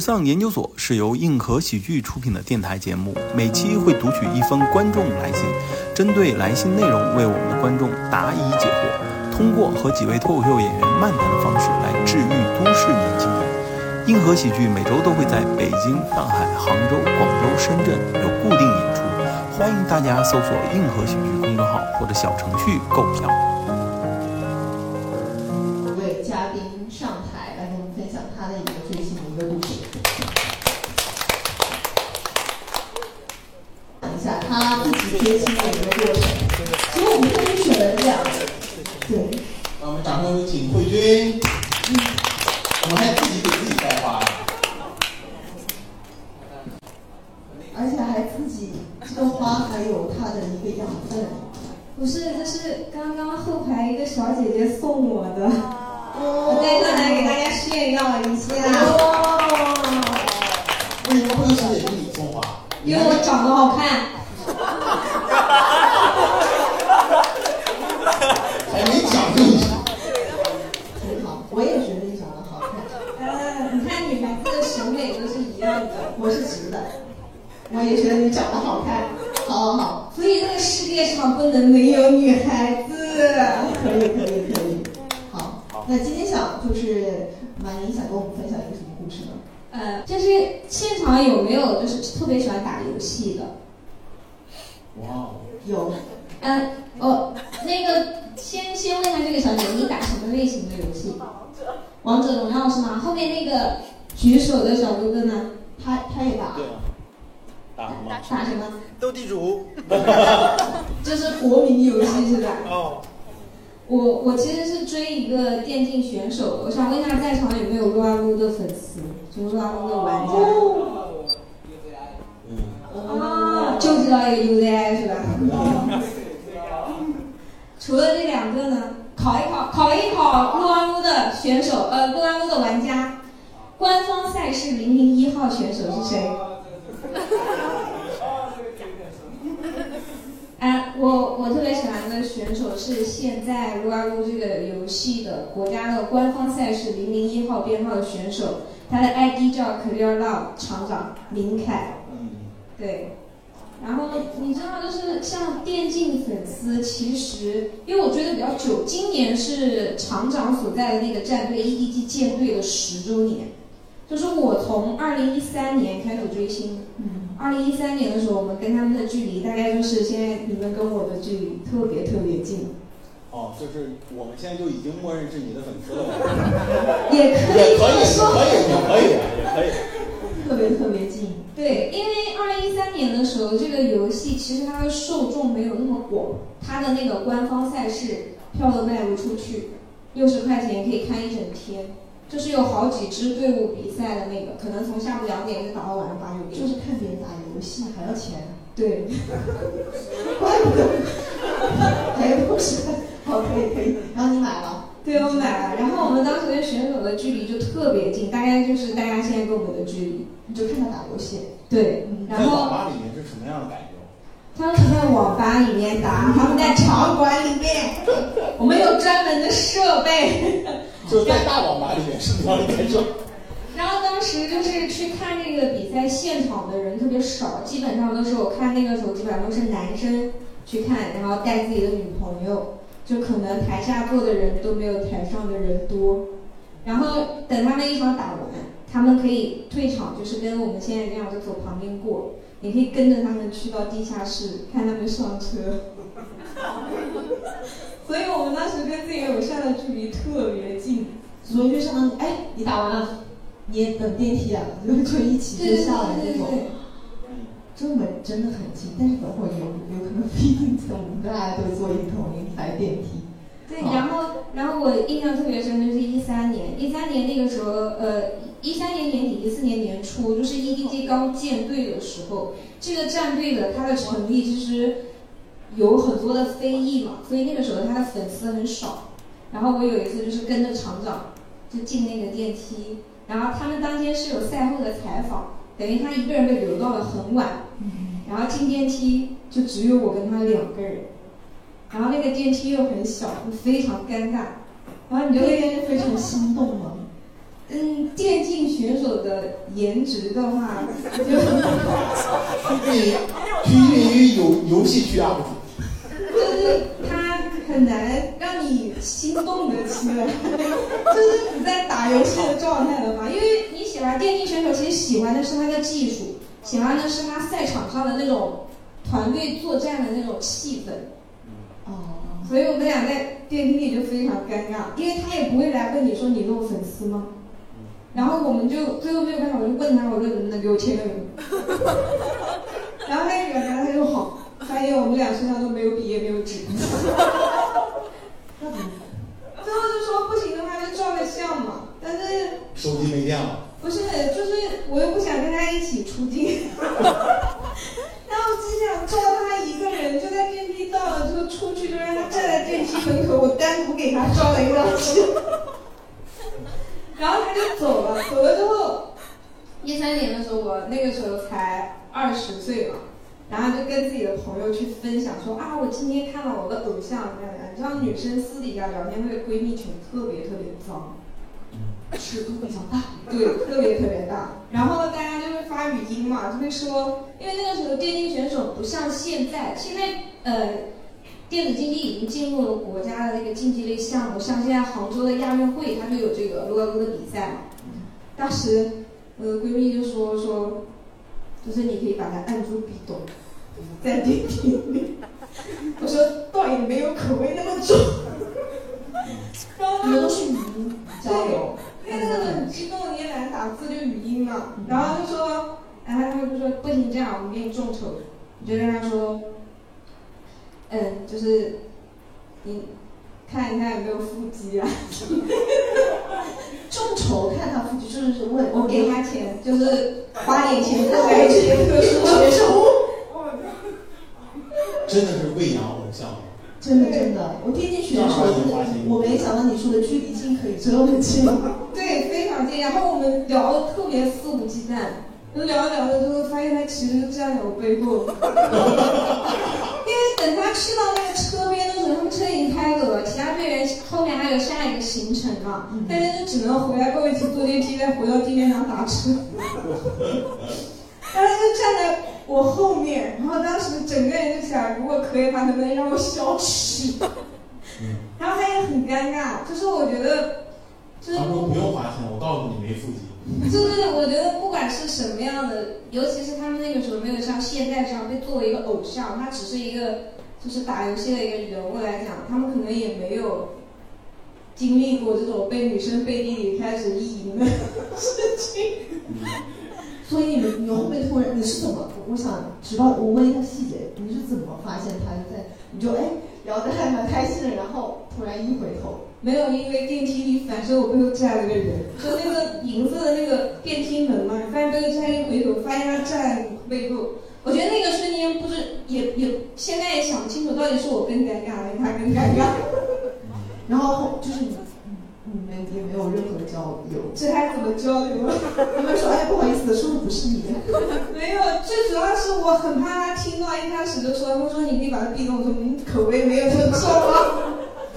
时尚研究所是由硬核喜剧出品的电台节目，每期会读取一封观众来信，针对来信内容为我们的观众答疑解惑，通过和几位脱口秀演员漫谈的方式来治愈都市年轻人。硬核喜剧每周都会在北京、上海、杭州、广州、深圳有固定演出，欢迎大家搜索硬核喜剧公众号或者小程序购票。 一位嘉宾上台来跟我们分享他的一个追星的一个故事，讲一下他自己追星的一个过程。所以我们特别选了这样的，对。 那我们掌声有请慧君。我们还自己给自己带花， 而且还自己这个花还有它的一个养分。 不是，这是刚刚后排一个小姐姐送我的，我带上来给大家炫耀一下。 为什么慧君小姐给你送花？ 因为我长得好看。 还没讲正事。 挺好，我也觉得你长得好看。 你看女孩子的审美都是一样的。 我是直的，我也觉得你长得好看。好好好， 所以这个世界上不能没有女孩子。 可以。好，那今天就是马宁想跟我们分享一个什么故事呢？ 就是现场有没有就是特别喜欢打游戏的？ 哇， 有。 那个先问一下这个小姐，你打什么类型的游戏？王者荣耀是吗？后面那个举手的小哥哥呢？ 他也打。 对啊。 打什么？ 斗地主。 这是国民游戏是吧？ 哦。 我其实是追一个电竞选手，我想问一下在场有没有撸啊撸的粉丝，就是撸啊撸的玩家？就知道一个 UZI 是吧？除了这两个呢，考一考撸啊撸的选手，撸啊撸的玩家，官方赛事001号选手是谁？我特别喜欢的选手是现在撸啊撸这个游戏的国家的官方赛事001号编号的选手，他的 ID 叫 Clear Love 厂长林凯。对。然后你知道，就是像电竞粉丝，其实因为我追的比较久，今年是厂长所在的那个战队 EDG 舰队的10周年，就是我从2013年开始追星，2013年的时候，我们跟他们的距离大概就是现在你们跟我的距离特别近。 哦，就是我们现在就已经默认是你的粉丝了。 也可以特别近。 对，因为2013年的时候，这个游戏其实它的受众没有那么广，它的那个官方赛事票都卖不出去，60块钱可以看一整天，就是有好几支队伍比赛的那个，可能从下午2点一直打到晚上8、9点。 就是看别人打游戏还要钱。 对。 怪不得。还不是。好，可以。然后你买了？ 对，我买了。然后我们当时跟选手的距离就特别近，大概就是大家现在跟我们的距离。 你就看他打游戏。 对。然后在网吧里面是什么样的感觉？ 他们不在网吧里面打，他们在场馆里面，我们有专门的设备。 就在大网吧里面是这样的感受。 然后当时就是去看那个比赛现场的人特别少，基本上都是我看那个时候基本上都是男生去看，然后带自己的女朋友。就可能台下坐的人都没有台上的人多，然后等他们一场打完，他们可以退场，就是跟我们现在这样就走旁边过，你可以跟着他们去到地下室看他们上车。所以我们当时跟自己偶像的距离特别近， 所以就相当于你打完了，你也等电梯啊，就一起就下来那种。真的很近，但是等会儿有可能不一定我们大家都坐同一台电梯。 对，然后我印象特别深的就是13年那个时候，13年年底14年年初，就是 EDG 刚建队的时候，这个战队的它的成立其实有很多的非议嘛，所以那个时候他的粉丝很少。然后我有一次就是跟着厂长就进那个电梯，然后他们当天是有赛后的采访。等于他一个人被留到了很晚，然后进电梯就只有我跟他2个人，然后那个电梯又很小，非常尴尬，然后你就会非常心动吗？ 电竞选手的颜值的话，就趋近于游戏区 UP 主， 就是他很难让你心动的起来，就是你在打游戏的状态了嘛。因为你喜欢电竞选手，其实喜欢的是他的技术，喜欢的是他赛场上的那种团队作战的那种气氛。所以我们俩在电梯里就非常尴尬，因为他也不会来问你说你有粉丝吗？然后我们就最后没有办法，我就问他，我说能不能给我签个名？然后他一表达他就好，发现我们俩身上都没有笔也没有纸。最后就说不行的话就照个相嘛，但是手机没电了。 不是，就是我又不想跟他一起出镜，然后只想照他一个人，就在电梯到了之后出去，就让他站在电梯门口，我单独给他照了一张相。然后他就走了，走了之后，13年的时候，我那个时候才20岁嘛，然后就跟自己的朋友去分享说啊，我今天看到我的偶像怎样怎样。你知道女生私底下聊天会闺蜜群特别特别脏， 尺度比较大， 对，特别特别大。然后大家就会发语音嘛，就会说，因为那个时候电竞选手不像现在，电子竞技已经进入了国家的那个竞技类项目，像现在杭州的亚运会，它就有这个撸啊撸的比赛嘛。当时我的闺蜜就说，就是你可以把它按住笔筒，在电梯里。我说倒也没有口味那么重。然后你们都是语音交流， 因为那个很激动，你也懒得打字，就语音嘛。然后就说，然后他们就说不行，这样我们给你众筹。我就跟他说。就是你看一看有没有腹肌啊？ 众筹看他腹肌，就是问我给他钱，就是花点钱购买这些特殊学手。 真的是喂养偶像。 真的，我电竞选手，我没想到你说的距离近可以这么近。 对，非常近。然后我们聊得特别肆无忌惮。就聊着聊着之后，发现他其实站在我背后，因为等他去到那个车边的时候，他们车已经开走了，其他队员后面还有下一个行程嘛，大家就只能回来跟我一起坐电梯，再回到地面上打车。然后他就站在我后面，然后当时整个人就想，如果可以的话，能不能让我消失？然后他也很尴尬，就是我觉得，就是他说不用花钱，我告诉你没腹肌。 就是我觉得不管是什么样的，尤其是他们那个时候没有像现在这样被作为一个偶像，他只是一个就是打游戏的一个人物来讲，他们可能也没有经历过这种被女生背地里开始意淫的事情。 所以你后面突然你是怎么？我想知道，我问一下细节，你是怎么发现他在？你就聊得还蛮开心的，然后突然一回头。 没有，因为电梯里反射我背后站了个人，就那个银色的那个电梯门嘛，你发现背后站一回头，发现他站在背后。我觉得那个瞬间不是也现在也想不清楚，到底是我更尴尬还是他更尴尬。 然后就是你们也没有任何交流， 这还怎么交流？ 他们说不好意思，说的不是你。 没有，最主要是我很怕他听到一开始就说，他说你可以把他逼动，我说口味没有这么重啊。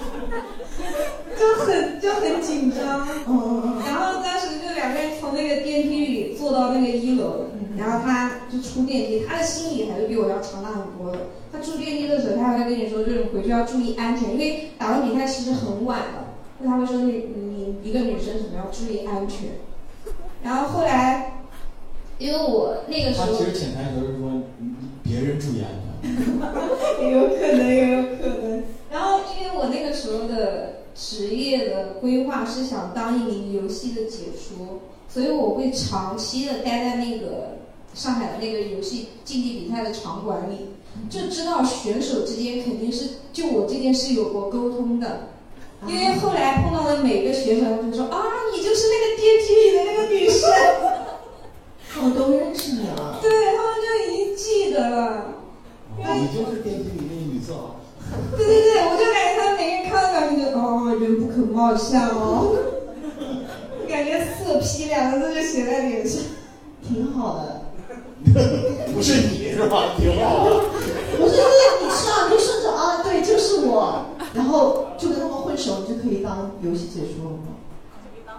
就很紧张，然后当时就两个人从那个电梯里坐到那个1楼，然后他就出电梯，他的心理还是比我要强大很多的。他出电梯的时候，他还会跟你说，就是回去要注意安全，因为打完比赛其实很晚了，那他会说你一个女生什么要注意安全。然后后来，因为我那个时候， 他其实潜台词是说别人注意安全， 也有可能。然后因为我那个时候的职业的规划是想当一名游戏的解说，所以我会长期的待在那个上海的那个游戏竞技比赛的场馆里，就知道选手之间肯定是就我这件事有过沟通的。因为后来碰到的每个选手，他们就说啊，你就是那个电梯里的那个女生， 我都认识你了。 对，他们就已经记得了。 你就是电梯里那个女色啊。 对，我就感觉他们每个人看到表情就人不可貌相哦，感觉色批2个字就写在脸上， 挺好的。 不是你是吧？挺好的。 不是因为你是啊，你就顺着对，就是我，然后就跟他们混熟，你就可以当游戏解说了吗？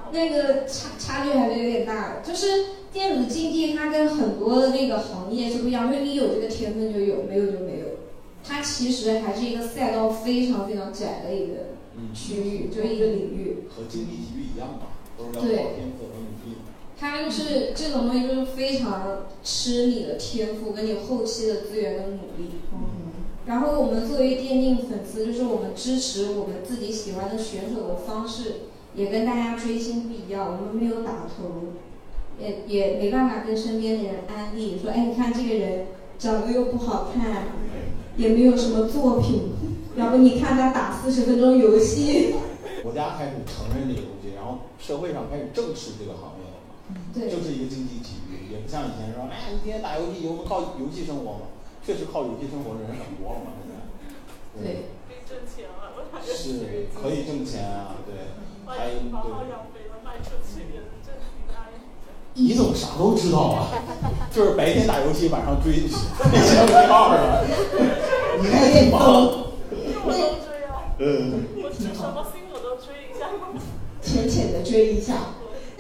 那个差距还是有点大的。就是电子竞技它跟很多的那个行业是不一样，就是你有这个天分就有，没有就没有。它其实还是一个赛道非常非常窄的一个区域，就是一个领域。 和竞技体育一样吧，都是要靠天赋和努力。 它就是这种东西，就是非常吃你的天赋跟你后期的资源跟努力。然后我们作为电竞粉丝，就是我们支持我们自己喜欢的选手的方式，也跟大家追星不一样。我们没有打头，也没办法跟身边的人安利说，哎，你看这个人长得又不好看，也没有什么作品，要不你看他打40分钟游戏。 国家开始承认这个东西，然后社会上开始正视这个行业了嘛？ 对， 就是一个竞技体育，也不像以前说，哎，你天天打游戏，我们靠游戏生活嘛。确实靠游戏生活的人很多了嘛，现在。 对。 可以挣钱了，我感觉是可以挣钱啊，对。还有好好养肥了，卖出去也是挣挺大一笔。 你怎么啥都知道啊？就是白天打游戏，晚上追那些2了。你还挺忙。 我都追啊。我追什么星我都追一下。 浅浅的追一下。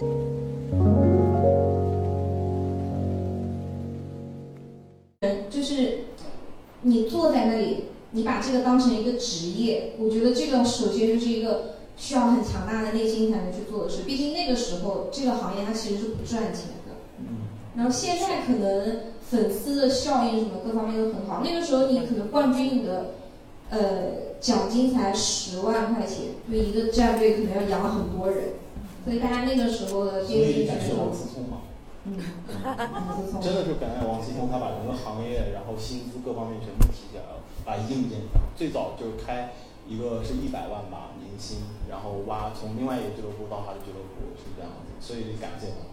就是你坐在那里，你把这个当成一个职业，我觉得这个首先就是一个需要很强大的内心才能去做的事。毕竟那个时候这个行业它其实是不赚钱的。然后现在可能粉丝的效应什么各方面都很好，那个时候你可能冠军你的奖金才10万块钱，就一个战队可能要养很多人，所以大家那个时候的电竞选手。 真的是感谢王思聪，他把整个行业，然后薪资各方面全部提起来了，把硬件最早就是开一个是100万吧年薪，然后挖从另外一个俱乐部到他的俱乐部是这样子，所以得感谢他。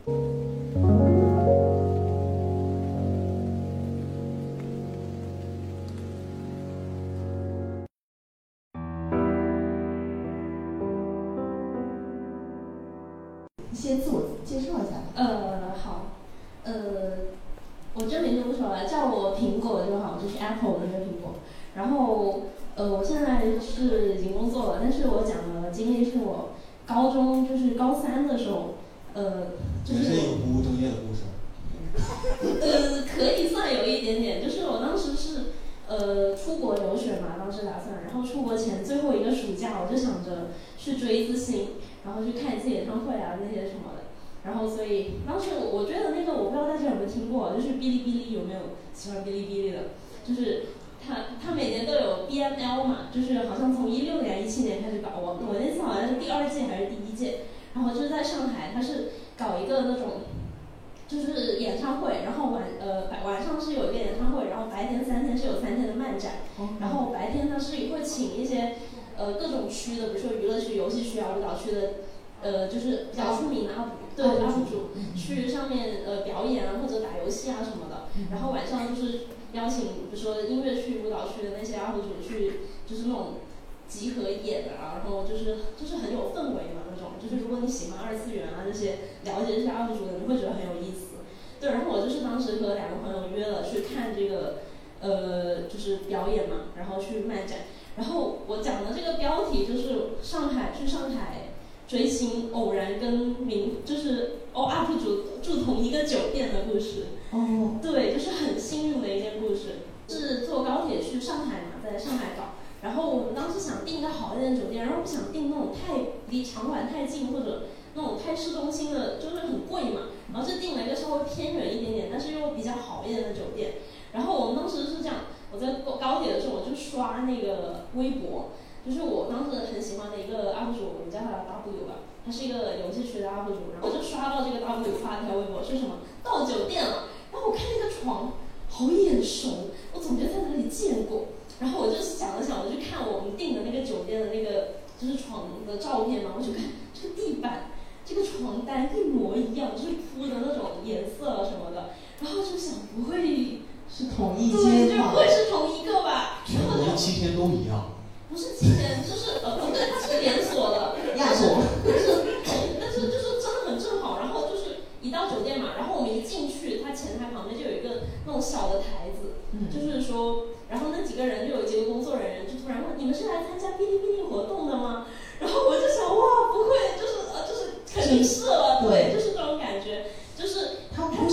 先自我介绍一下。 好，我真名就不说了，叫我苹果就好，就是 Apple 的那个苹果。然后，我现在是已经工作了，但是我讲的经历是我高中就是高3的时候，就是这是一个不务正业的故事。 可以算有一点点，就是我当时是出国留学嘛，当时打算，然后出国前最后一个暑假，我就想着去追一次星，然后去看一次演唱会啊那些什么的。然后所以当时我觉得那个我不知道大家有没有听过，就是哔哩哔哩有没有喜欢哔哩哔哩的？就是它每年都有 BML 嘛，就是好像从16年17年开始搞，我那次好像是第2届还是第1届，然后就是在上海，它是搞一个那种就是演唱会，然后晚上是有一个演唱会，然后白天3天是有3天的漫展，然后白天它是会请一些各种区的，比如说娱乐区、游戏区啊、舞蹈区的就是比较出名的UP主去上面表演啊或者打游戏啊什么的，然后晚上就是邀请比如说音乐区、舞蹈区的那些UP主去就是那种集合演啊，然后就是很有氛围嘛那种，就是如果你喜欢2次元啊这些，了解这些UP主的，你会觉得很有意思。对，然后我就是当时和2个朋友约了去看这个就是表演嘛，然后去漫展。然后我讲的这个标题就是去上海追星，偶然跟就是UP主住同一个酒店的故事。对，就是很幸运的一件故事。是坐高铁去上海嘛，在上海搞。然后我们当时想订一个好一点的酒店，然后不想订那种离场馆太近或者那种太市中心的，就是很贵嘛。然后就订了一个稍微偏远一点点，但是又比较好一点的酒店。然后我们当时是这样，我在高铁的时候我就刷那个微博，就是我当时很喜欢的一个 UP 主，我们叫他 W 吧，他是一个游戏区的 UP 主，然后我就刷到这个 W 发一条微博是什么到酒店了，然后我看那个床好眼熟，我总觉得在哪里见过。然后我就想了想，我就看我们订的那个酒店的那个就是床的照片嘛，我就看这个地板、这个床单一模一样，就是铺的那种颜色什么的，然后就想不会是同一间对，就不会是同一个吧？ 全国7天都一样。 不是7天，就是不对，它是连锁的， 亚索， 但是就是真的很正好。然后就是一到酒店嘛，然后我们一进去，它前台旁边就有一个那种小的台子，就是说。然后那几个人就有几个工作人员就突然问：“你们是来参加哔哩哔哩活动的吗？”然后我就想，哇，不会，就是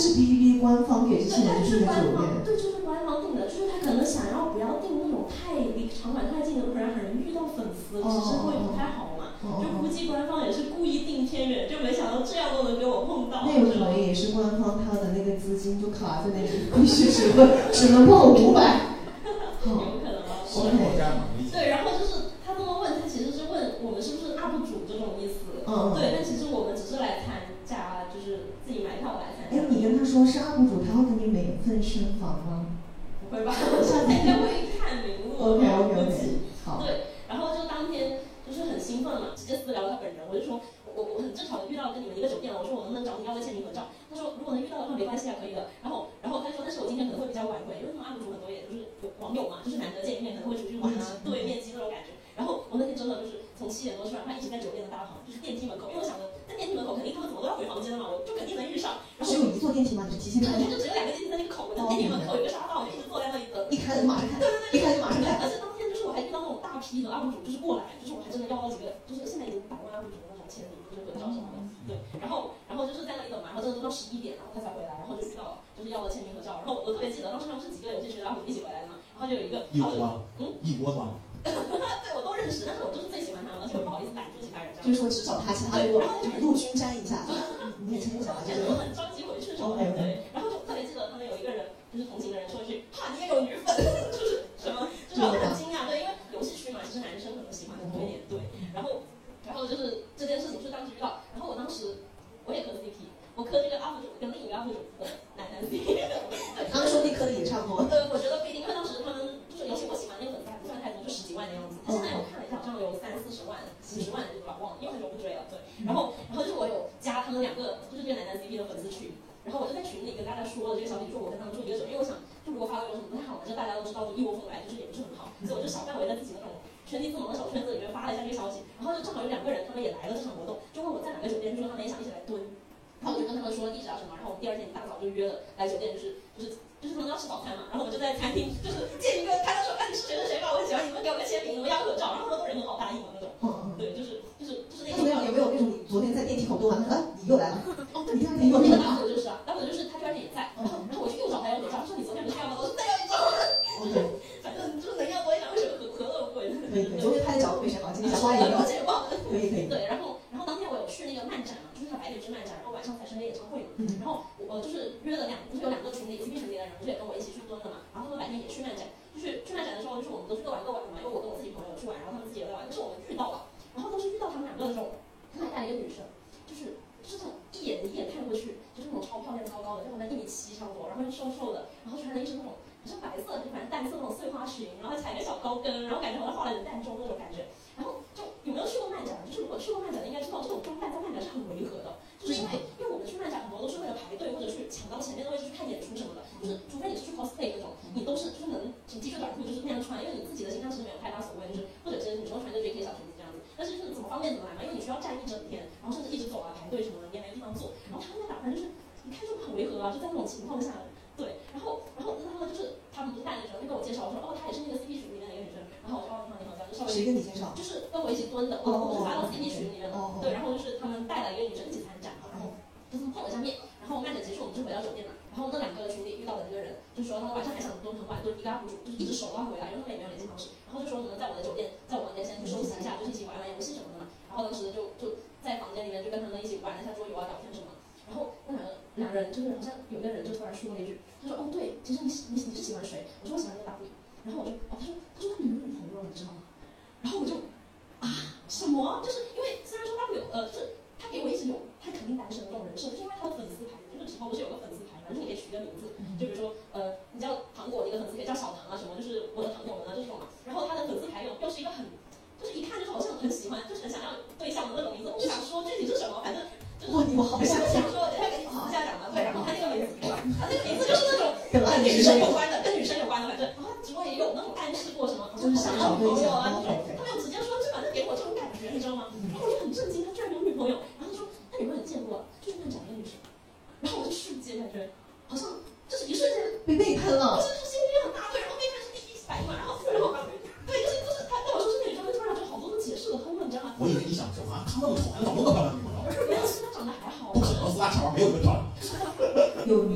是哔哩哔哩官方给这些人订的酒店。 对，就是官方订的，就是他可能想要不要订那种太离场馆太近的，不然很容易遇到粉丝，其实会不太好嘛。就估计官方也是故意定偏远，就没想到这样都能给我碰到。 那有可能也是官方他的那个资金就卡在那里，必须只能报500。 有可能吧。对，然后就是他这么问，他其实是问我们是不是 UP 主这种意思。对，但其实我们只是来参加，就是自己买票来参加。 哎，你跟他说是 UP 主，他会给你免费申房吗？ 不会吧？下次应该会看名录。 OK， 好。 对，然后就当天就是很兴奋嘛，直接私聊他本人，我就说我很正巧的遇到跟你们一个酒店了，我说我能不能找你要个签名合照？他说如果能遇到的话没关系啊，可以的。然后他就说，但是我今天可能会比较晚回，因为他们 UP 主很多也就是网友嘛，就是难得见面，可能会出去玩啊，对，面基那种感觉。然后我那天真的就是从7点多吃完饭，一直在酒店的大堂，就是电梯门口，因为我想着在电梯门口肯定他们怎么都要回房间的嘛，我就肯定能遇上。然后只有一座电梯吗？你是提前看？ 对，就只有2个电梯在那个口，我在电梯门口有一个沙发，我就一直坐在那里等。 一开就马上看，一开就马上看。 而且当天就是我还遇到那种大批的 UP 主，就是过来，就是我还真的要到几个，就是现在已经100万 UP 主的那种签名，就是合照什么的。对，然后就是在那里等嘛，然后真的都到11点，然后他才回来，然后就遇到了，就是要了签名合照。然后我特别记得当时他们是几个游戏群的 UP 主一起回来的嘛，然后就有一个一窝吗？一窝吗？ 对，我都认识，但是我就是最喜欢他们，而且我不好意思拦住其他人， 就是说只找他，其他人就是陆军沾一下，你也牵一下， 就是我很着急回去什么的。对，然后就特别记得他们有一个人，就是同行的人说一句：“哈，你也有女粉？”就是什么，就是我很惊讶，对，因为游戏区嘛，其实男生可能喜欢的多一点，对。然后就是这件事情是当时遇到，然后我当时我也磕 CP， 我磕这个 UP 主跟另一个 UP 主的男 CP， 对， 他们说你磕的也差不多。 我觉得不一定，因为当时他们就是尤其我喜欢那个粉丝还不算太多，就10几万的样子。他现在我看了一下，好像有30、40万、50万，就是忘了，因为很久不追了。对，然后就是我有加他们2个，就是这个男 CP 的粉丝群。然后我就在群里跟大家说了这个消息，说我跟他们住一个酒店，因为我想，就如果发给我什么不太好嘛，就大家都知道，就一窝蜂来，就是也不是很好，所以我就小范围在自己那种圈地自萌的小圈子里面发了一下这个消息，然后就正好有2个人，他们也来了这场活动，就问我在哪个酒店，就说他们也想一起来蹲，然后我就跟他们说了地址啊什么，然后我们第2天一大早就约了来酒店，就是他们要吃早餐嘛，然后我们就在餐厅就是见一个，他就说，哎，你是谁谁吧，我很喜欢你们，给我个签名，我们要合照，然后他们都人很好，答应了那种，对，就是那种。 有没有那种你昨天在电梯口蹲完，你又来了？ 哦，对，你第2天又来了，当时就是啊，当时就是他第2天也在，然后我去又找他要合照，他说你昨天不是要吗？我说再要一张。反正就是能要多一张，为什么何乐不为？ 对，昨天拍的角度非常好，今天小花也有。可以。 对，然后当天我有去那个漫展嘛，就是那白柳之漫展，然后晚上才是那个演唱会嘛。然后我就是约了就是有2个群里 CP 群里的人，不是也跟我一起去蹲了嘛。然后他们白天也去漫展，就是去漫展的时候，就是我们都是各玩各玩的嘛，因为我跟我自己朋友去玩，然后他们自己也在玩，但是我们遇到了，然后都是遇到他们2个的时候，他还带了一个女生，就是这种一眼看过去，就是那种超漂亮超高的，就好像1.7米差不多，然后又瘦瘦的，然后穿的一身那种好像白色，就反正淡色那种碎花裙，然后踩个小高跟，然后感觉好像化了人淡妆那种感觉。然后就有没有去过漫展？就是如果去过漫展的应该知道，这种装扮在漫展是很违和的，就是因为我们去漫展很多都是为了排队或者去抢到前面的位置去看演出什么的，就是除非你是去 cosplay 那种，你都是就是能T 恤短裤就是那样穿，因为你自己的形象其实没有太大所谓，就是或者是女生穿着 JK 小裙子这样子，但是就是怎么方便怎么来嘛，因为你需要站一整天，然后甚至一直走啊排队什么的，你也没地方坐，然后他们的打扮就是一看就很违和啊，就在那种情况下。对，然后他们就是他们不是带那个人跟我介绍说，哦，她也是那个 CP 群里面的一个女生，然后我说哦，你好，就稍微谁跟你介绍？ 就是跟我一起蹲的，我是发到 CP 群里面的，对，然后就是他们带了一个女生一起参展嘛，然后就是碰了一下面，然后漫展结束我们就回到酒店了，然后那2个群里遇到的那个人就说他们晚上还想蹲很晚，蹲一个 UP 主就是一直守到回来，因为他们也没有联系方式，然后就说能在我的酒店，在我房间先去休息一下，就是一起玩游戏什么的嘛，然后当时就在房间里面就跟他们一起玩了一下桌游啊，聊天什么的。然后那2个人就是好像有个人就突然说了一句，他说哦对，其实你是喜欢谁？我说我喜欢那个 W， 然后我就他说他没有女朋友，你知道吗？然后我就什么？就是因为虽然说 W 就是他给我一直有他肯定单身的这种人设，就是因为他的粉丝牌，就是之后不是有个粉丝牌嘛，就是你可以取一个名字，就比如说你叫糖果，你的粉丝可以叫小糖啊什么，就是我的糖果们啊这种嘛。然后他的粉丝牌又是一个很，就是一看就是好像很喜欢，就是很想要对象的那种名字，我不想说具体是什么，反正。 哇，你们好想说，他给你私下讲的，对，然后他那个名字，他那个名字就是那种跟女生有关的，跟女生有关的，反正，然后他直播也有那种暗示过什么， 就是想找朋友啊那种，他没有直接说，就反正给我这种感觉，你知道吗？然后我就很震惊，他居然有女朋友，然后他说他女朋友你见过，就是漫展一个女生，然后我就瞬间感觉好像就是一瞬间被背叛了， 不是心里很大对，然后背叛是第一反应嘛，然后对，就是他跟我说是那女生，突然就好多都解释得通了，你知道吗？ 我以为你想说啊，他那么丑，还能找那么漂亮的女朋友？ 没有，是他长得还好。 不可能，4大强没有那么漂亮。 有女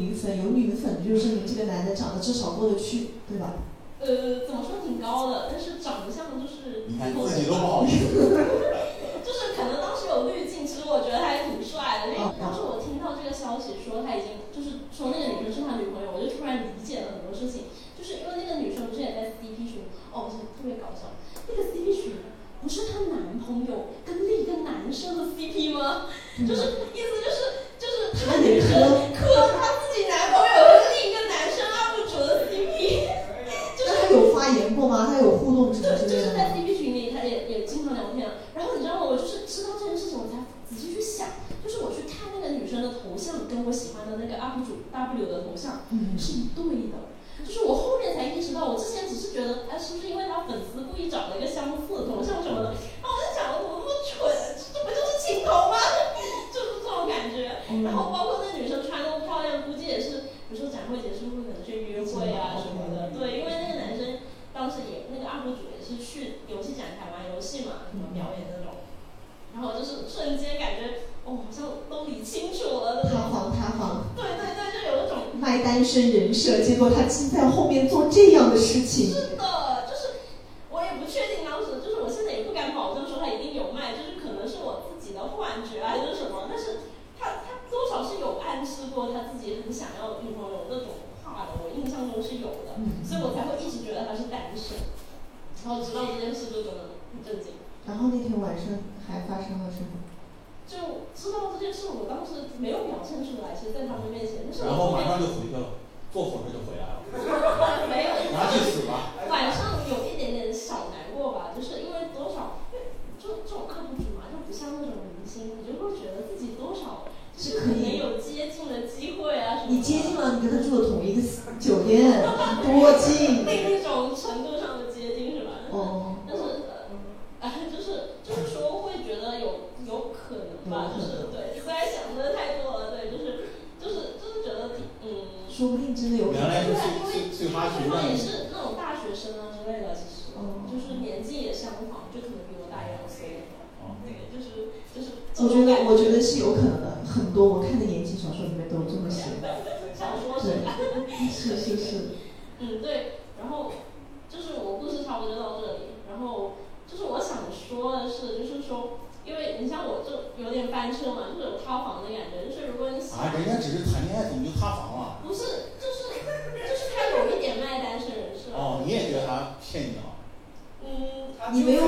女粉，有女粉就证明这个男的长得至少过得去，对吧？ 怎么说挺高的，但是长相就是你看自己都不好意思。 就是可能当时有滤镜，其实我觉得他还挺帅的。当时我听到这个消息说他已经就是说那个女生是他女朋友，我就突然理解了很多事情。就是因为那个女生不是也在 CP 群，特别搞笑。那个 CP 群不是她男朋友跟另一个男生的 CP 吗？就是意思就是她女生磕她自己男朋友跟另一个男生UP主的 CP。 他有发言过吗？他有互动什么之类的吗？ 就是在 CP 群里，他也经常聊天。然后你知道吗？我就是知道这件事情，我才仔细去想，就是我去看那个女生的头像，跟我喜欢的那个 UP 主 W 的头像是一对的。就是我后面才意识到，我之前只是觉得，是不是因为他粉丝故意找了一个相似的头像什么的？然后我在想，我怎么那么蠢？这不就是情头吗？就是这种感觉。然后包括那女生穿那么漂亮，估计也是，比如说展会结束会可能去约会啊什么的。对，因为那个男生当时也那个 UP 主也是去游戏展台玩游戏嘛，什么表演那种。然后就是瞬间感觉，好像都理清楚了。 塌房。 对，就有一种卖单身人设，结果他竟在后面做这样的事情。 是的，就是我也不确定当时，就是我现在也不敢保证说他一定有卖，就是可能是我自己的幻觉还是什么，但是他多少是有暗示过他自己很想要女朋友那种话的，我印象中是有的，所以我才会一直觉得他是单身。然后直到这件事就真的很震惊。 然后那天晚上还发生了什么？ 就知道这件事，我当时没有表现出来，其实在他们面前。 然后马上就回去了，坐火车就回来了。 没有。 拿去死吧。 晚上有一点点小难过吧，就是因为多少，就这种 UP 主嘛，就不像那种明星，你就会觉得自己多少是可能有接近的机会啊什么的。 你接近了，你跟他住的同一个酒店，多近？ 另一种程度上的接近是吧？但是就是说会觉得有可能吧，就是对，虽然想的太多了，对，就是觉得说不定真的有可能。 原来是对方也是那种大学生啊之类的，其实就是年纪也相仿，就可能比我大1-2岁。对，就是我觉得是有可能的，很多我看的言情小说里面都这么写。 小说是吧？ 是。 对，然后就是我故事差不多就到这里，然后就是我想说的是，就是说，因为你像我就有点翻车嘛，就是有塌房的感觉，就是如果你人家只是谈恋爱，怎么就塌房了？ 不是，就是他有一点卖单身人设。 你也觉得他骗你了？ 你没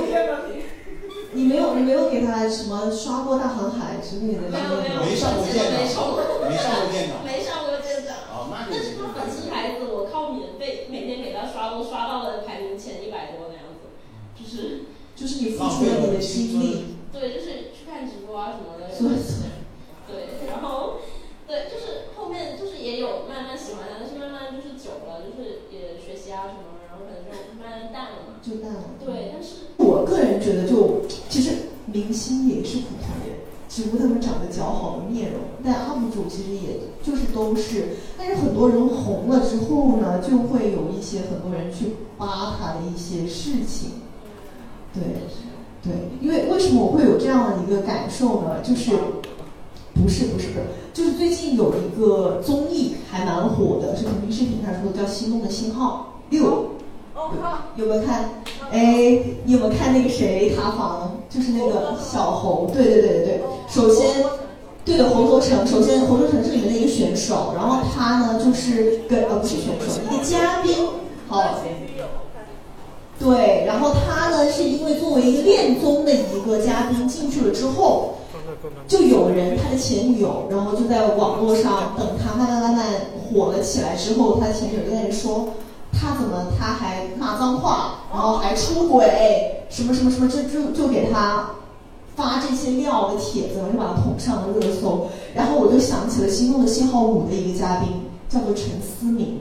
有给他什么刷过大航海之类的？ 没上过舰长。 没上过舰长。但是他粉丝牌子，我靠免费每天给他刷，都刷到了排名前100多那样子， 就是你付出了你的精力。 对，就是去看直播啊什么的。对，然后对，就是后面就是也有慢慢喜欢他，但是慢慢就是久了，就是也学习啊什么，然后可能就慢慢淡了嘛。 就淡了。 对，但是我个人觉得其实明星也是普通人，只不过他们长得姣好的面容，但 UP 主其实也就是都是，但是很多人红了之后呢，就会有一些很多人去扒他的一些事情。对，因为为什么我会有这样的一个感受呢？就是不是，就是最近有一个综艺还蛮火的，是腾讯视频上说的，叫《心动的信号6》。有没有看？你有没有看那个谁塌房？就是那个小猴。对。首先，对的，侯卓成。首先，侯卓成是里面的一个选手，然后他呢就是不是选手，一个嘉宾。好。对，然后他呢是因为作为一个恋综的一个嘉宾进去了之后，就有人他的前女友，然后就在网络上等他慢慢火了起来之后，他的前女友就在那说。他还骂脏话，然后还出轨，什么，就给他发这些料的帖子，就把他捧上了热搜。然后我就想起了《心动的信号5》的一个嘉宾，叫做陈思明。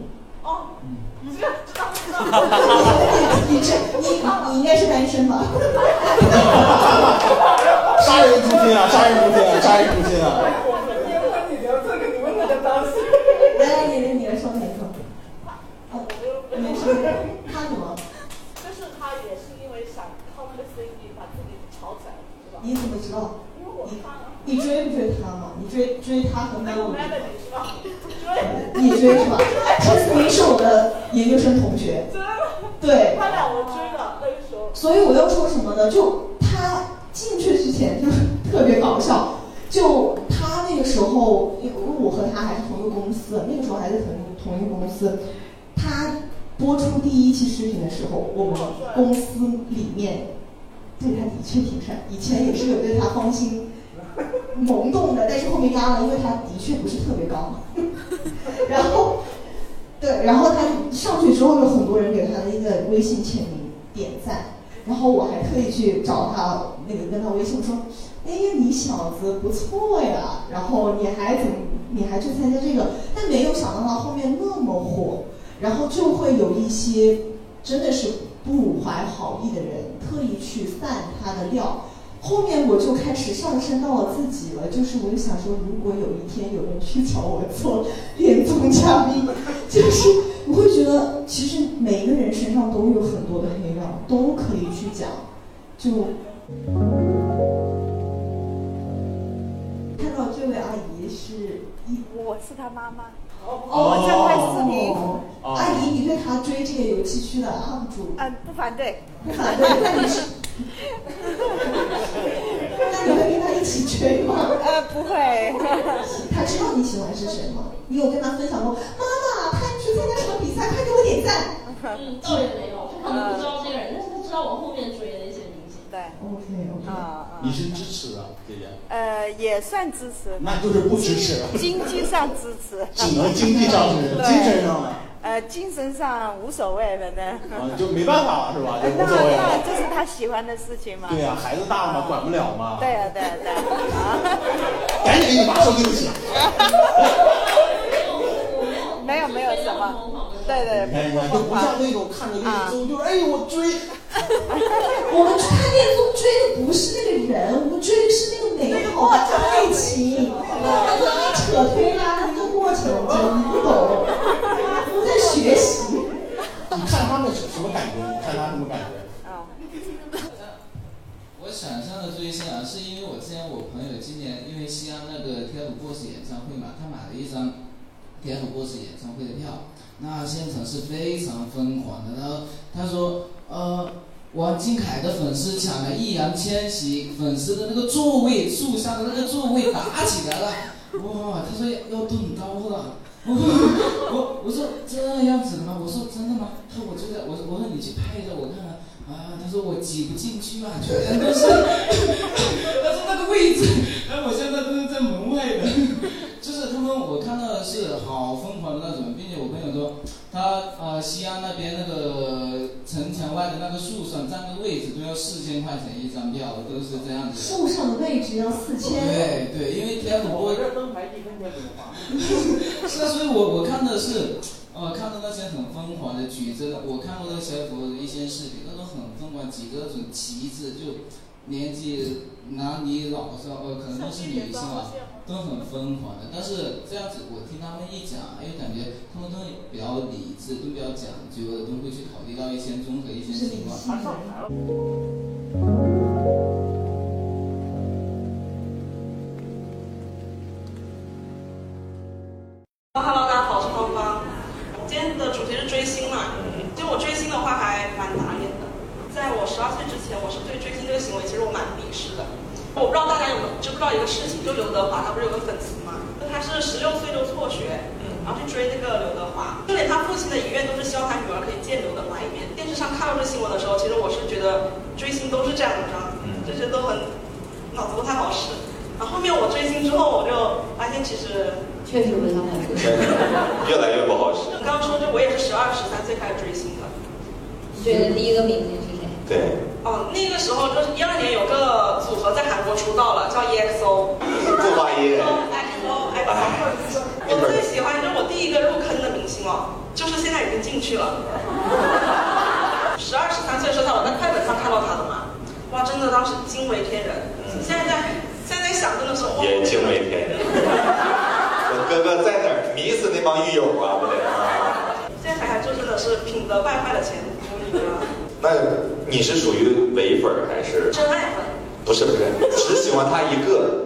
你应该是单身吧？ 杀人诛心啊！ 来，你来说。没事，他怎么？ 就是他也是因为想靠那个 CD 把自己炒起来，是吧？ 你怎么知道？ 因为我看了。 你追不追他吗？你追他和 Melody 是吧？追。 你追是吧？陈思明是我的研究生同学。 真的？ 对。 他俩我追的那个时候。 所以我要说什么呢？就他进去之前就是特别搞笑。就他那个时候，因为我和他还是同一个公司，那个时候还在同一个公司。他播出第1期视频的时候，我们公司里面对他的确挺帅，以前也是有对他芳心萌动的，但是后面压了，因为他的确不是特别高。然后，对，然后他上去之后，有很多人给他的一个微信签名点赞，然后我还特意去找他跟他微信说。哎，你小子不错呀，然后你还去参加这个，但没有想到他后面那么火，然后就会有一些真的是不怀好意的人特意去散他的料。后面我就开始上升到了自己了，就是我就想说，如果有一天有人去找我做恋综嘉宾，就是我会觉得其实每个人身上都有很多的黑料，都可以去讲，就。看到这位阿姨我是她妈妈。 在拍视频。 阿姨，你对她追这个游戏区的 UP 主？ 不反对。 不反对，那你是？那你会跟她一起追吗？ 不会。 她知道你喜欢是谁吗？你有跟她分享过？妈妈，他去参加什么比赛？快给我点赞。 倒也没有，他可能不知道这个人，但是他知道我后面追的一些明星。 对。 OK。 你是支持啊，姐姐？ 也算支持。 那就是不支持。 经济上支持。 只能经济上支持，精神上呢？ 精神上无所谓，反正。 就没办法了是吧？就无所谓了。 那这是他喜欢的事情嘛。 对呀，孩子大了嘛，管不了嘛。 对呀。 赶紧给你妈收对不起。 没有什么。对。 就不像那种看着恋综就是我追。 我们看恋综追的不是那个人，我们追的是那个美好的爱情，扯推拉的那个过程，真不懂。我在学习。 你看他们什么感觉？你看他什么感觉？ 我想象的追星是因为我之前我朋友今年因为西安那个 TFBOYS 演唱会嘛，他买了一张 TFBOYS 演唱会的票，那现场是非常疯狂的。然后他说王俊凯的粉丝抢了易烊千玺粉丝的那个座位，树上的那个座位打起来了，哇！他说要动刀了。我说这样子的吗？我说真的吗？我觉得我说你去拍一下我看看啊。他说我挤不进去啊，全都是。他说那个位置，我现在都是在门外的。就是他们我看到的是好疯狂的那种，并且我朋友说他西安那边那个城墙外的那个树上占个位置都要4000块钱一张票，都是这样子。 树上的位置要4000。 对，因为TFBOYS。 这灯牌1分钱不用花。 是啊，所以我看的是，看到那些很疯狂的举着，我看过那些一些视频，那都很疯狂，举着那种旗子，就年纪哪里老少，可能都是女性啊，都很疯狂的。但是这样子，我听他们一讲，感觉他们都比较理智，都比较讲究的，都会去考虑到一些综合一些情况。 Hello， 大家好，我是芳芳。今天的主题是追星嘛，其实我追星的话还蛮打脸的。在我12岁之前，我是对追星这个行为其实我蛮鄙视的。我不知道大家知不知道一个事情，就刘德华他不是有个粉丝嘛，就他是16岁就辍学，然后去追那个刘德华，就连他父亲的遗愿都是希望他女儿可以见刘德华一面。电视上看到这新闻的时候，其实我是觉得追星都是这样的，这些都很脑子不太好使。然后后面我追星之后，我就发现其实。 确实不太好使， 越来越不好使。 刚刚说，就我也是12、13岁开始追星的。 追的第一个明星是谁？ 对。 那个时候就是12年有个组合在韩国出道了，叫 EXO。 不发音。 EXO。我最喜欢就是我第一个入坑的明星就是现在已经进去了。12、13岁的时候，我在快本上看到他的嘛，哇，真的当时惊为天人。现在想真的是也惊为天人。哥哥在哪儿迷死那帮狱友啊！不得现在还就真的是品德败坏的前途，你知道吗？ 那你是属于伪粉还是真爱粉？ 不是，只喜欢他一个。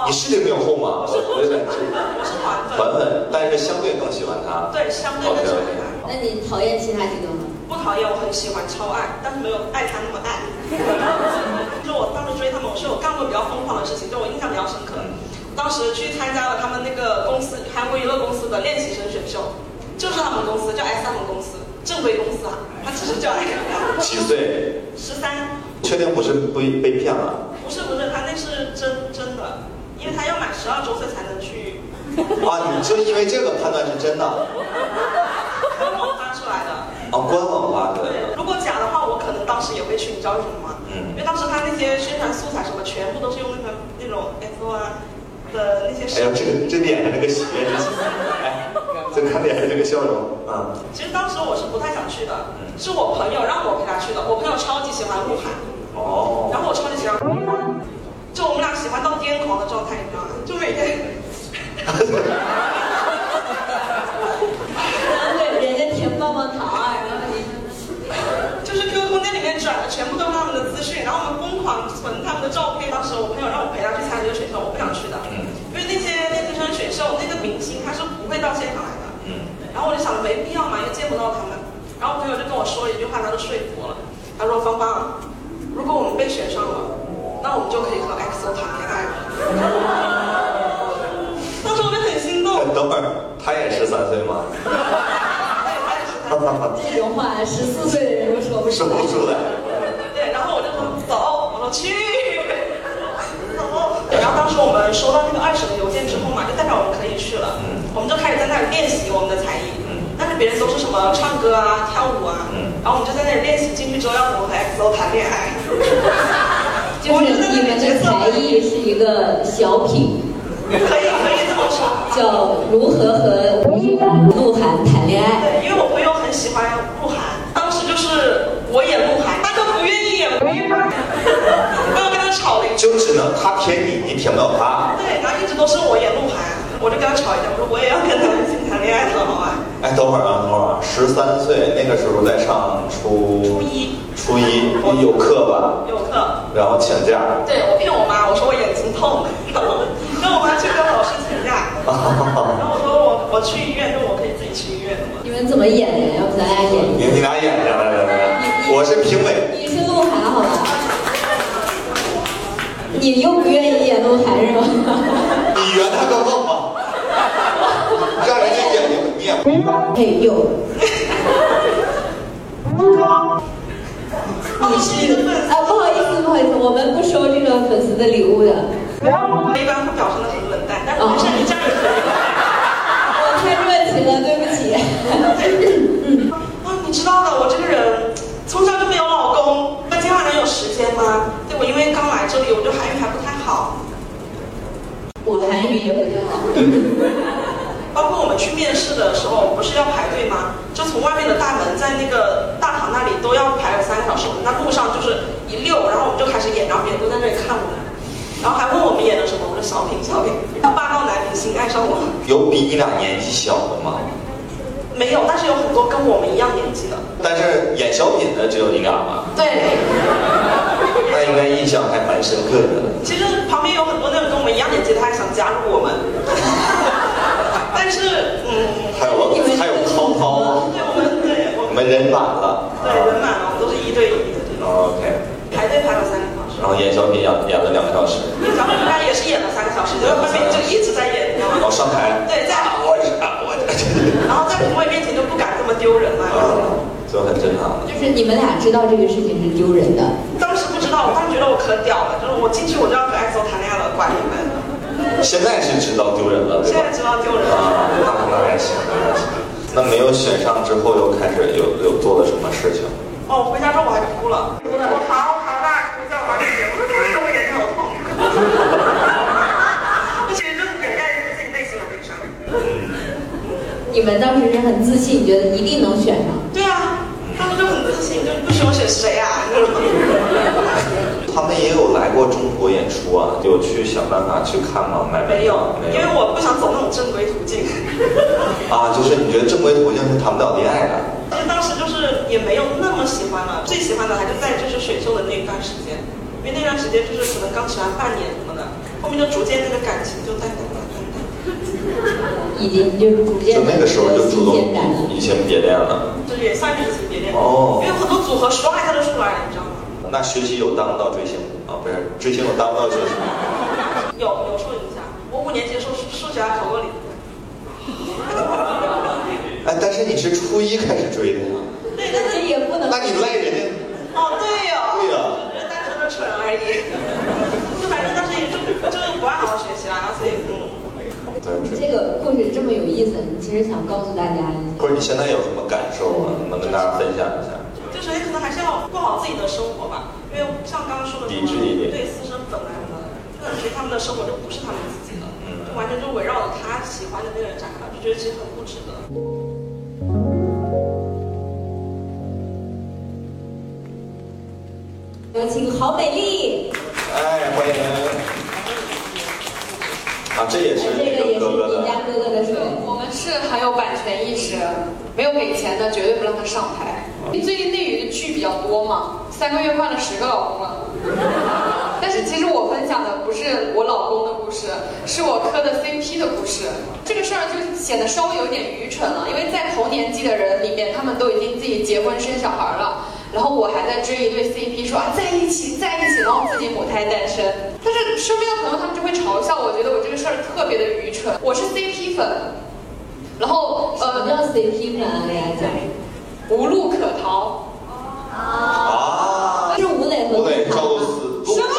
哦， 你是零零后吗？ 我是团粉，但是相对更喜欢他。 对，相对更喜欢他。 那你讨厌其他几个吗？ 不讨厌，我很喜欢，超爱，但是没有爱他那么爱。就我当时追他们，我是有干过比较疯狂的事情，就我印象比较深刻。当时去参加了他们那个公司韩国娱乐公司的练习生选秀，就是他们公司叫 SM 公司，正规公司啊，他只是叫 SM。 几岁 ？13。 确定不是被骗了？ 不是，他那是真的，因为他要满12周岁才能去。 啊，你就因为这个判断是真的？ 官网发出来的。 啊，官网发的。 对，如果假的话，我可能当时也会去，你知道为什么吗？因为当时他那些宣传素材什么，全部都是用那种 XO 啊的那些。 哎呀，这脸上这个喜悦之情，哎，这看脸上这个笑容啊。 其实当时我是不太想去的，是我朋友让我陪他去的。我朋友超级喜欢鹿晗。 哦。 然后我超级喜欢，就我们俩喜欢到癫狂的状态，你知道吗？就每天。 对，人家舔棒棒糖啊，然后你就是 QQ 空间里面转的全部都是他们的资讯，然后我们疯狂存他们的照片。当时我朋友让我陪他去参加这个选秀，我不想去的，因为那些练习生选秀那个明星他是不会到现场来的。然后我就想没必要嘛，又见不到他们。然后我朋友就跟我说了一句话，他就说服我了。他说：“芳芳，如果我们被选上了，那我们就可以和 XO 谈恋爱了。”当时我就很心动。 等会儿，他也13岁吗？ 这种话14岁的人都说不出来。 对，然后我就说走，我说去。然后当时我们收到那个2审的邮件之后嘛，就代表我们可以去了。我们就开始在那里练习我们的才艺。但是别人都是什么唱歌啊、跳舞啊，然后我们就在那里练习进去之后要怎么和 XO 谈恋爱。 就是你们的才艺是一个小品， 可以这么说， 叫如何和鹿晗谈恋爱。 对，因为我朋友很喜欢鹿晗，当时就是我演鹿晗，他就不愿意演我，我要跟他吵了一架。 就只能他舔你，你舔不到他。 对，然后一直都是我演鹿晗，我就跟他吵一架，我说我也要跟他一起谈恋爱，好吗？ 哎，等会儿，13岁那个时候在上初一有课吧？ 有课。 然后请假。 对，我骗我妈，我说我眼睛痛，然后跟我妈去跟老师请假。然后我说我去医院，就我可以自己去医院的嘛。 你们怎么演的？要不咱俩演？ 你俩演去来，我是评委。 你是鹿晗好吧？你又不愿意演鹿晗是吗？ 你圆他个梦吧，让人家演你也不。 哎呦。你是啊，不好意思，我们不收这个粉丝的礼物的。 我一般会表现得很冷淡，但是没事，你这样也可以。 我太热情了，对不起。 你知道的，我这个人从小就没有老公，那今晚能有时间吗？对，我因为刚来这里，我就韩语还不太好。 我韩语也不太好。 包括我们去面试的时候，不是要排队吗？就从外面的大门，在那个大堂那里都要排了3个小时。那路上就是一溜，然后我们就开始演，然后别人都在那里看我们，然后还问我们演的什么，我说小品，霸道男明星爱上我。 有比你俩年纪小的吗？ 没有，但是有很多跟我们一样年纪的。 但是演小品的只有你俩吧？ 对。 那应该印象还蛮深刻的。 其实旁边有很多那种跟我们一样年纪的，他还想加入我们。但是， 还有涛涛， 对，我们人满了， 对，人满了，我们都是1对1的这种。 OK。 排队排了3个小时。 然后演小品演了2个小时。 演小品应该也是演了3个小时，就外面就一直在演，你知道吗？ 然后上台。 对，在然后在评委面前就不敢这么丢人了， 就很正常。 就是你们俩知道这个事情是丢人的。 当时不知道，我当时觉得我可屌了，就是我进去我就要和 XO 谈恋爱了，管你们。 现在是知道丢人了，对吧？ 现在知道丢人了啊，那还行，那没有选上之后，又开始有做了什么事情？ 哦，回家之后我还哭了，我好大哭，在我妈面前，我说为什么我眼睛好痛？其实就是掩盖自己内心的悲伤。 你们当时是很自信，觉得一定能选上。 对啊，当时就很自信，就不喜欢选谁啊？ 他们也有来过中国演出啊，有去想办法去看吗？ 没有，因为我不想走那种正规途径。 啊，就是你觉得正规途径是谈不了恋爱的？ 其实当时就是也没有那么喜欢了，最喜欢的还是在就是选秀的那一段时间，因为那段时间就是可能刚学完半年什么的， 后面就逐渐那个感情就淡淡。 已经就逐渐就那个时候就主动移情别恋了， 就也算是移情别恋哦， 因为很多组合刷一下就出来了，你知道吗？ 那学习有耽误到追星啊？不是，追星有耽误到学习？ 有受影响。我5年级的时候数学还考过0分。 哎，但是你是初一开始追的呀？ 对，但是也不能。 那你赖人家？ 哦，对呀。 对呀。 只是单纯的蠢而已。就反正当时也就不爱好好学习啦，然后所以这个故事这么有意思，你其实想告诉大家， 或者你现在有什么感受吗？能跟大家分享一下？ 就首先可能还是要过好自己的生活吧，因为像刚刚说的理智一点， 对私生粉啊什么的，可能觉得他们的生活就不是他们自己的，就完全就围绕着他喜欢的那个人展开，就觉得其实很不值得。 有请好美丽。 哎，欢迎。啊，这也是你哥哥的。 你家哥哥的水。 我们是很有版权意识，没有给钱的绝对不让他上台。最近内娱的剧比较多嘛，3个月换了10个老公了。但是其实我分享的不是我老公的故事，是我磕的 CP 的故事。这个事儿就显得稍微有点愚蠢了，因为在同年纪的人里面，他们都已经自己结婚生小孩了。然后我还在追一对 CP， 说啊在一起，然后自己母胎单身。但是身边的朋友他们就会嘲笑我，觉得我这个事儿特别的愚蠢。我是 CP 粉，然后什么叫 CP 粉啊？给大家讲。 无路可逃。 啊。 是吴磊和赵露思。 什么？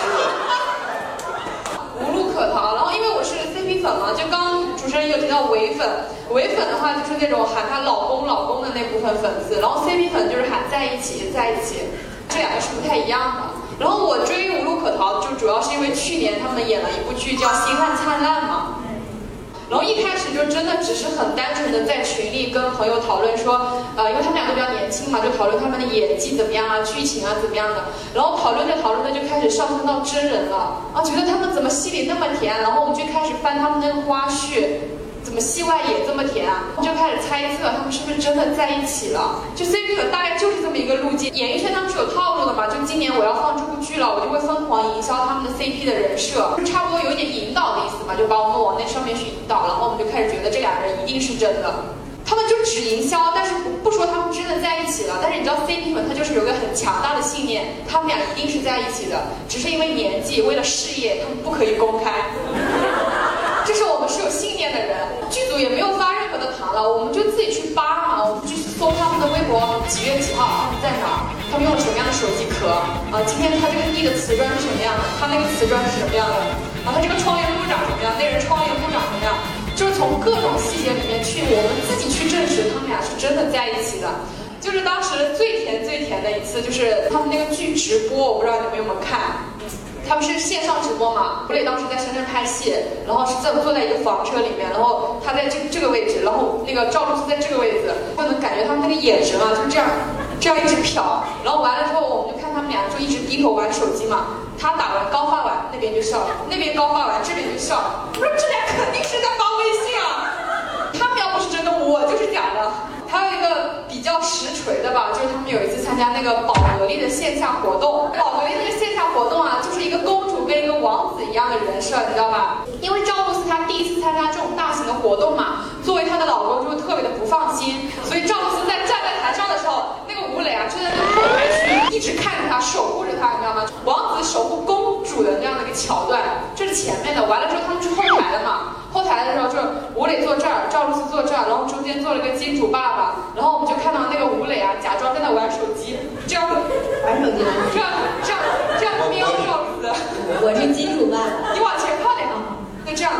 无路可逃。然后因为我是 CP 粉嘛，就刚主持人有提到唯粉。唯粉的话就是那种喊她老公的那部分粉丝，然后 CP 粉就是喊在一起，这两个是不太一样的。然后我追无路可逃就主要是因为去年他们演了一部剧叫《星汉灿烂》嘛，然后一开始就真的只是很单纯的在群里跟朋友讨论说，因为他们两个比较年轻嘛，就讨论他们的演技怎么样啊，剧情啊怎么样的，然后讨论着就开始上升到真人了，觉得他们怎么戏里那么甜，然后我们就开始翻他们那个花絮。怎么戏外也这么甜啊？就开始猜测他们是不是真的在一起了。就 CP 粉大概就是这么一个路径。演艺圈他们是有套路的嘛？就今年我要放这部剧了，我就会疯狂营销他们的 CP 的人设，就差不多有一点引导的意思嘛，就把我们往那上面去引导，然后我们就开始觉得这俩人一定是真的。他们就只营销，但是不说他们真的在一起了。但是你知道 CP 粉他就是有个很强大的信念，他们俩一定是在一起的，只是因为年纪，为了事业，他们不可以公开。这是我们是有信念的人，剧组也没有发任何的糖了，我们就自己去扒嘛，我们去搜他们的微博，几月几号，他们在哪儿，他们用了什么样的手机壳啊？今天他这个地的瓷砖是什么样的？他那个瓷砖是什么样的？啊，他这个窗帘布长什么样？那人窗帘布长什么样？就是从各种细节里面去，我们自己去证实他们俩是真的在一起的。就是当时最甜的一次，就是他们那个剧直播，我不知道你们有没有看。他们是线上直播嘛，吴磊当时在深圳拍戏，然后是坐在一个房车里面，然后他在这个位置，然后那个赵露思在这个位置，就能感觉他们那个眼神啊，就是这样一直瞟，然后完了之后，我们就看他们俩就一直低头玩手机嘛，他打完刚发完，那边就笑了，那边刚发完，这边就笑了，我说这俩肯定是在发微信啊，他们要不是真的，我就是假的。还有一个比较实锤的吧，就是他们有一次参加那个宝格丽的线下活动，宝格丽那个线下活动啊，就是一个公主跟一个王子一样的人设，你知道吧？因为赵露思她第一次参加这种大型的活动嘛，作为她的老公就特别的不放心，所以赵露思在站在台上的时候，那个吴磊啊就在那后台区一直看着她，守护着她，你知道吗？王子守护公主的那样的一个桥段，这是前面的。完了之后他们去后台了嘛，后台的时候就是吴磊坐这儿，赵露思坐这儿，然后中间坐了个金主爸爸，然后我们就看到那个吴磊啊，假装在那玩手机，这样玩手机， 这样瞄赵露思。 我是金主爸爸， 你往前靠点，就这样。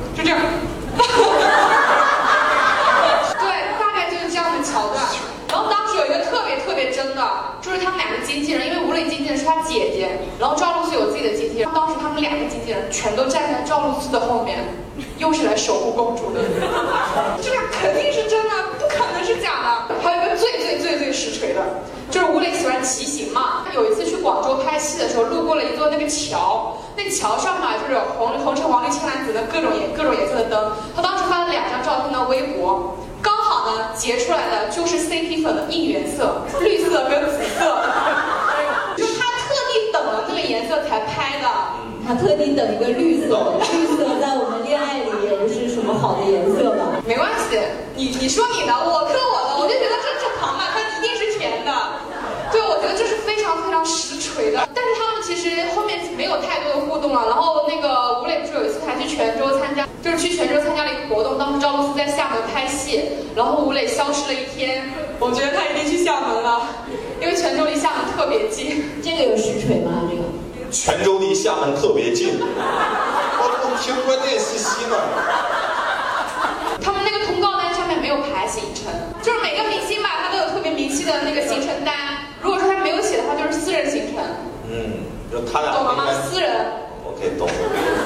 对，大概就是这样的桥段。然后当时有一个特别真的，就是他们两个经纪人，因为吴磊经纪人是他姐姐，然后赵露思有自己的经纪人，当时他们两个经纪人全都站在赵露思的后面，又是来守护公主的，这俩肯定是真的，不可能是假的。还有一个最实锤的，就是吴磊喜欢骑行嘛，有一次去广州拍戏的时候，路过了一座那个桥，那桥上嘛就是红橙黄绿青蓝紫的各种颜色的灯，他当时发了2张照片到微博。刚好呢，截出来的就是 CP 粉的应援色，绿色跟紫色，就他特地等了那个颜色才拍的。 他特地等一个绿色，绿色在我们恋爱里也不是什么好的颜色吧？ 没关系，你说你的，我说我的，我就觉得这糖嘛，它一定是甜的。对，我觉得这是非常非常实锤的。但是他们其实后面没有太多的互动了。然后那个吴磊不是有一次还去泉州参加，就是去泉州参加了一个活动，当时赵露思在厦门拍戏，然后吴磊消失了1天，我觉得他一定去厦门了，因为泉州离厦门特别近。 这个有实锤吗？这个？ 泉州离厦门特别近，我听关键信息呢。 他们那个通告单上面没有排行程，就是每个明星吧，他都有特别明细的那个行程单。如果说他没有写的话，就是私人行程。 就他俩懂了吗？私人。 OK， 懂。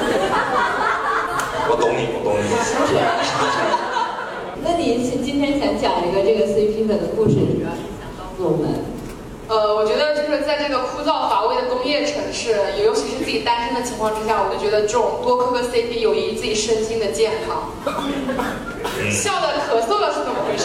我懂你。 那你今天想讲一个这个 CP 粉的故事，主要是想告诉我们。 我觉得就是在这个枯燥乏味的工业城市，尤其是自己单身的情况之下，我就觉得这种多磕 CP 有益于自己身心的健康。笑的咳嗽了是怎么回事？